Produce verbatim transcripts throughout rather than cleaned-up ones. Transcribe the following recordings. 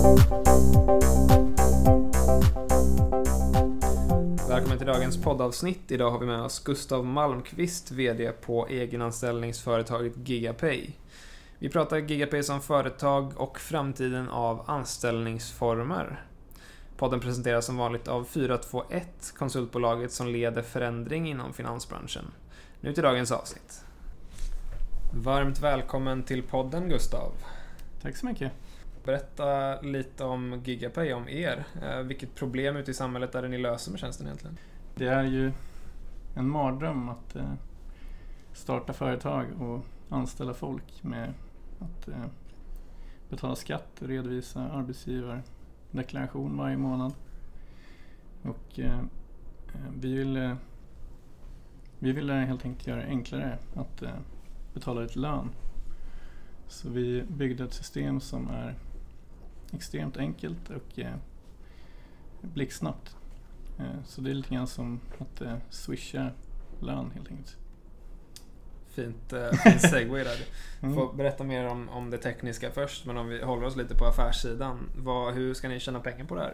Välkommen till dagens poddavsnitt. Idag har vi med oss Gustav Malmqvist, vd på egenanställningsföretaget Gigapay. Vi pratar Gigapay som företag och framtiden av anställningsformer. Podden presenteras som vanligt av fyra två ett, konsultbolaget som leder förändring inom finansbranschen. Nu till dagens avsnitt. Varmt välkommen till podden, Gustav. Tack så mycket. Berätta lite om Gigapay, om er. Eh, vilket problem ute i samhället är det ni löser med tjänsten egentligen? Det är ju en mardröm att eh, starta företag och anställa folk med att eh, betala skatt och redovisa arbetsgivardeklaration varje månad. Och eh, vi vill eh, vi vill helt enkelt göra det enklare att eh, betala ut lön. Så vi byggde ett system som är extremt enkelt och eh, blixtsnabbt. Eh, så det är lite grann som att eh, swisha lön helt enkelt. Fint, eh, fint segway där. Mm. Får berätta mer om, om det tekniska först, men om vi håller oss lite på affärssidan. Vad, hur ska ni tjäna pengar på det här?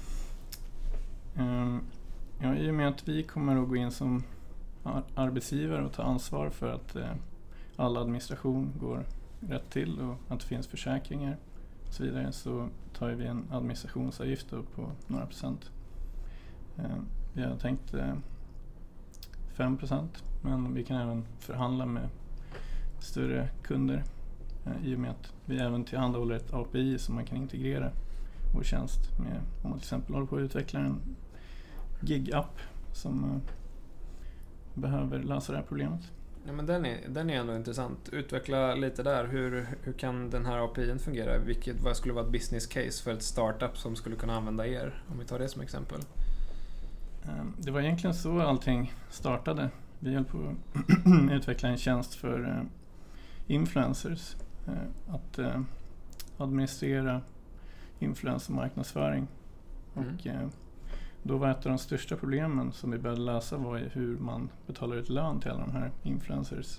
Um, ja, i och med att vi kommer att gå in som ar- arbetsgivare och ta ansvar för att eh, all administration går rätt till och att det finns försäkringar och så vidare, så tar vi en administrationsavgift på några procent. Eh, vi har tänkt eh, fem procent, men vi kan även förhandla med större kunder eh, i och med att vi även tillhandahåller ett A P I som man kan integrera vår tjänst med, om man till exempel håller på att utveckla en gig-app som eh, behöver lösa det här problemet. Ja, men den är, den är ändå intressant. Utveckla lite där. Hur, hur kan den här A P I fungera? Vilket, vad skulle vara ett business case för ett startup som skulle kunna använda er? Om vi tar det som exempel. Det var egentligen så allting startade. Vi höll på att utveckla en tjänst för influencers. Att administrera influencermarknadsföring. Mm. Och då var ett av de största problemen som vi började läsa var hur man betalar ut lön till alla de här influencers.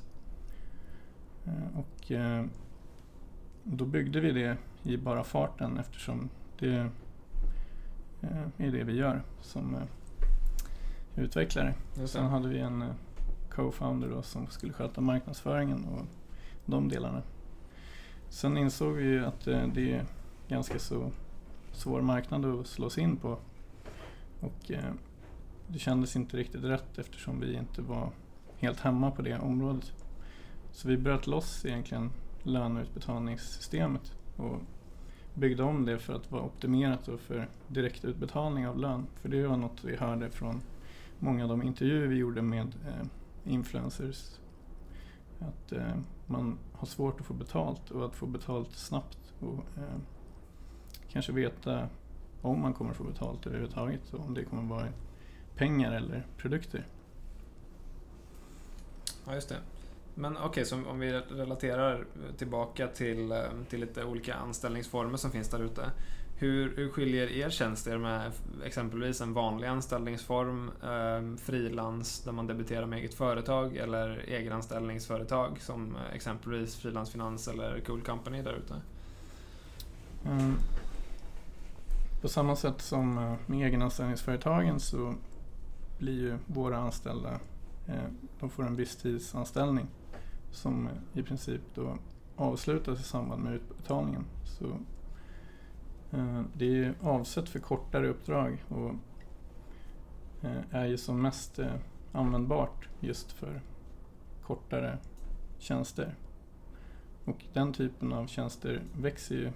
Och då byggde vi det i bara farten, eftersom det är det vi gör som utvecklare. Sen hade vi en co-founder då som skulle sköta marknadsföringen och de delarna. Sen insåg vi ju att det är ganska så svår marknad att slå sig in på. Och eh, det kändes inte riktigt rätt eftersom vi inte var helt hemma på det området. Så vi bröt loss egentligen löneutbetalningssystemet och byggde om det för att vara optimerat då för direktutbetalning av lön. För det var något vi hörde från många av de intervjuer vi gjorde med eh, influencers. Att eh, man har svårt att få betalt och att få betalt snabbt och eh, kanske veta om man kommer få betalt överhuvudtaget och om det kommer vara pengar eller produkter. Ja, just det. Men okej, okay, så om vi relaterar tillbaka till, till lite olika anställningsformer som finns där ute. Hur, hur skiljer er tjänster med exempelvis en vanlig anställningsform, eh, frilans där man debiterar med eget företag eller egenanställningsföretag som exempelvis Frilansfinans eller Cool Company där ute? Mm. På samma sätt som med egenanställningsföretagen så blir ju våra anställda, eh, de får en visstidsanställning som i princip då avslutas i samband med utbetalningen. Så eh, det är ju avsett för kortare uppdrag och eh, är ju som mest eh, användbart just för kortare tjänster. Och den typen av tjänster växer ju.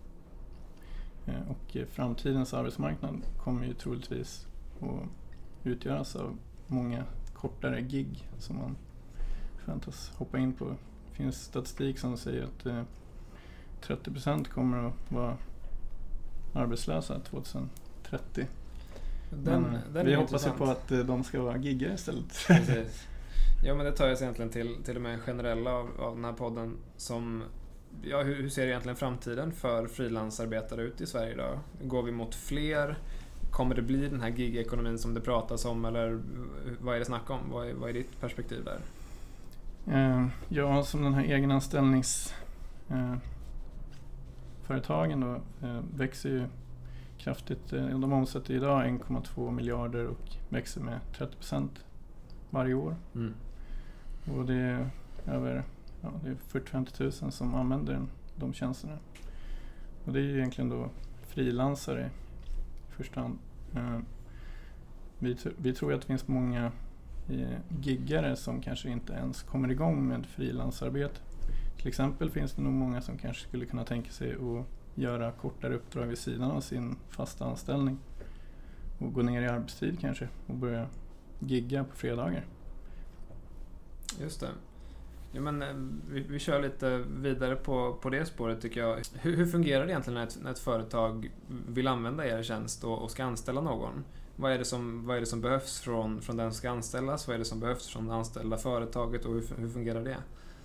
Och framtidens arbetsmarknad kommer ju troligtvis att utgöras av många kortare gig som man förväntas hoppa in på. Det finns statistik som säger att trettio procent kommer att vara arbetslösa tjugohundratrettio. Den, men den vi är hoppas ju intressant. på att de ska vara giggare istället. Precis. Ja, men det tar jag egentligen till, till och med generella av, av den här podden som, ja, hur, hur ser egentligen framtiden för frilansarbetare ut i Sverige idag? Går vi mot fler? Kommer det bli den här gig-ekonomin som det pratas om, eller vad är det snack om? Vad är, vad är ditt perspektiv där? Uh, ja, som den här egenanställnings uh, Giga-företagen då eh, växer ju kraftigt. Eh, de omsätter idag en komma två miljarder och växer med trettio procent varje år. Mm. Och det är över ja, det är fyrtio till femtio tusen som använder den, de tjänsterna. Och det är ju egentligen då frilansare i första hand. Eh, vi, t- vi tror att det finns många eh, giggare som kanske inte ens kommer igång med frilansarbete. Till exempel finns det nog många som kanske skulle kunna tänka sig att göra kortare uppdrag vid sidan av sin fasta anställning och gå ner i arbetstid kanske och börja gigga på fredagar. Just det. Ja, men, vi, vi kör lite vidare på, på det spåret tycker jag. Hur, hur fungerar det egentligen när ett, när ett företag vill använda er tjänst och, och ska anställa någon? Vad är det som, vad är det som behövs från, från den som ska anställas? Vad är det som behövs från det anställda företaget och hur, hur fungerar det?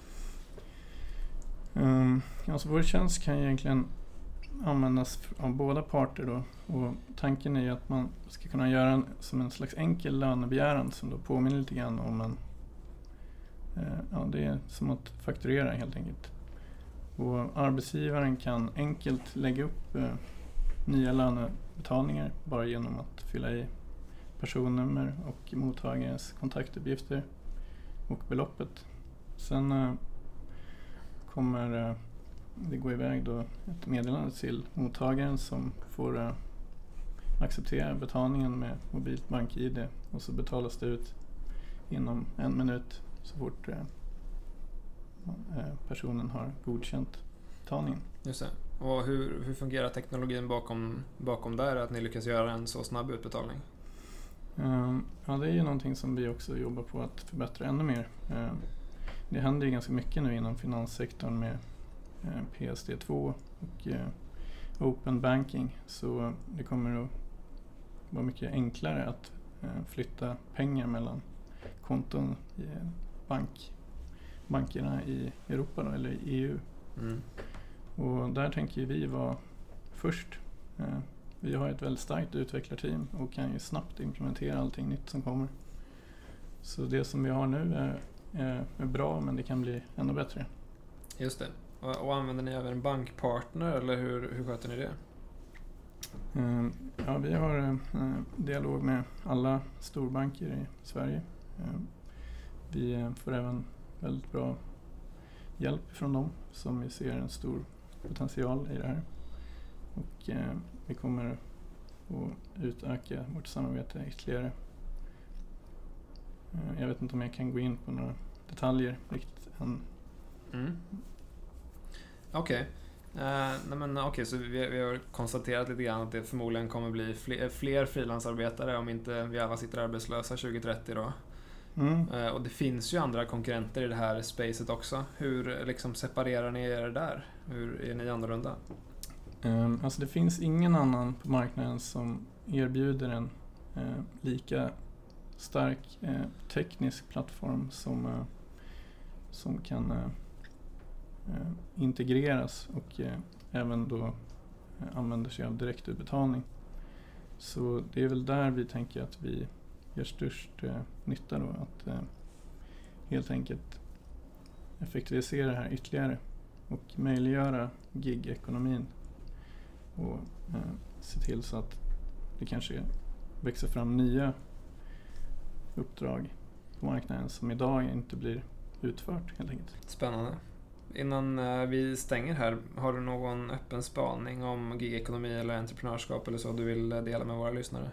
Um, alltså vår tjänst kan ju egentligen användas av båda parter då, och tanken är ju att man ska kunna göra en, som en slags enkel lönebegäran som då påminner lite grann om en eh, ja, det är som att fakturera helt enkelt. Och arbetsgivaren kan enkelt lägga upp eh, nya lönebetalningar bara genom att fylla i personnummer och mottagarens kontaktuppgifter och beloppet. Sen eh, kommer eh, det gå iväg då ett meddelande till mottagaren som får uh, acceptera betalningen med mobilt bank-I D och så betalas det ut inom en minut så fort uh, uh, personen har godkänt betalningen. Just det. Och hur, hur fungerar teknologin bakom, bakom där att ni lyckas göra en så snabb utbetalning? Uh, ja, det är ju någonting som vi också jobbar på att förbättra ännu mer. Uh, det händer ju ganska mycket nu inom finanssektorn med P S D två och eh, Open Banking, så det kommer att vara mycket enklare att eh, flytta pengar mellan konton i bank, bankerna i Europa då, eller i E U. Mm. Och där tänker vi vara först. Eh, vi har ett väldigt starkt utvecklarteam och kan ju snabbt implementera allting nytt som kommer. Så det som vi har nu är, är, är bra, men det kan bli ännu bättre. Just det. Och använder ni även en bankpartner eller hur, hur sköter ni det? Uh, ja, vi har en uh, dialog med alla storbanker i Sverige. Uh, vi uh, får även väldigt bra hjälp från dem som vi ser en stor potential i det här. Och uh, vi kommer att utöka vårt samarbete ytterligare. Uh, jag vet inte om jag kan gå in på några detaljer riktigt än. Mm. Okej. Okay. Uh, okej, okay, så vi, vi har konstaterat lite grann att det förmodligen kommer bli fler, fler frilansarbetare om inte vi alla sitter arbetslösa tjugo trettio då. Mm. Uh, och det finns ju andra konkurrenter i det här spacet också. Hur liksom separerar ni er där? Hur är ni annorlunda? Um, alltså det finns ingen annan på marknaden som erbjuder en uh, lika stark uh, teknisk plattform som, uh, som kan uh, Uh, integreras och uh, även då uh, använder sig av direktutbetalning. Så det är väl där vi tänker att vi gör störst uh, nytta då, att uh, helt enkelt effektivisera det här ytterligare och möjliggöra gig-ekonomin och uh, se till så att det kanske växer fram nya uppdrag på marknaden som idag inte blir utfört helt enkelt. Spännande. Innan vi stänger här, har du någon öppen spaning om gigekonomi eller entreprenörskap eller så du vill dela med våra lyssnare?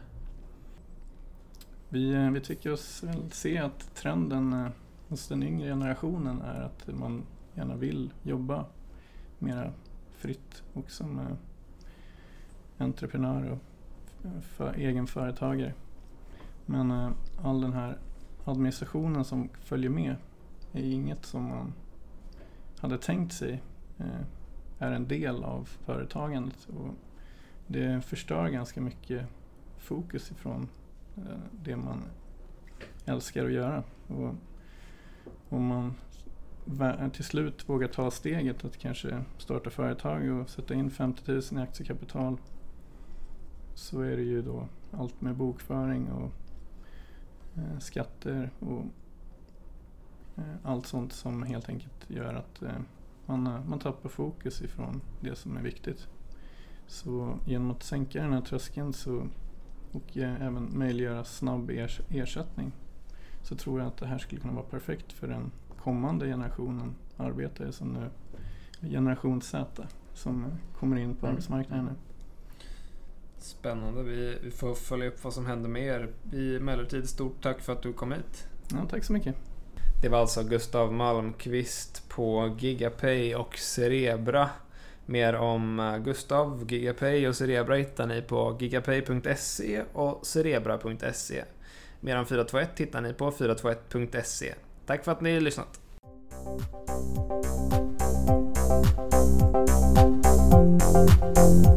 Vi, vi tycker oss väl se att trenden hos den yngre generationen är att man gärna vill jobba mer fritt och som entreprenör och för egen företagare. Men all den här administrationen som följer med är inget som man hade tänkt sig eh, är en del av företagandet, och det förstör ganska mycket fokus ifrån eh, det man älskar att göra. Och om man vä- till slut vågar ta steget att kanske starta företag och sätta in femtio tusen i aktiekapital, så är det ju då allt med bokföring och eh, skatter och allt sånt som helt enkelt gör att eh, Man, man tappar fokus ifrån det som är viktigt. Så genom att sänka den här tröskeln så, och eh, även möjliggöra snabb ers- ersättning så tror jag att det här skulle kunna vara perfekt för den kommande generationen arbetare som nu generation Z som kommer in på mm. arbetsmarknaden nu. Spännande. Vi, vi får följa upp vad som händer med er. I emellertid stort tack för att du kom hit. Ja, tack så mycket. Det var alltså Gustav Malmqvist på Gigapay och Cerebra. Mer om Gustav, Gigapay och Cerebra hittar ni på gigapay punkt se och cerebra punkt se. Mer om fyra två ett hittar ni på fyra två ett punkt se. Tack för att ni har lyssnat.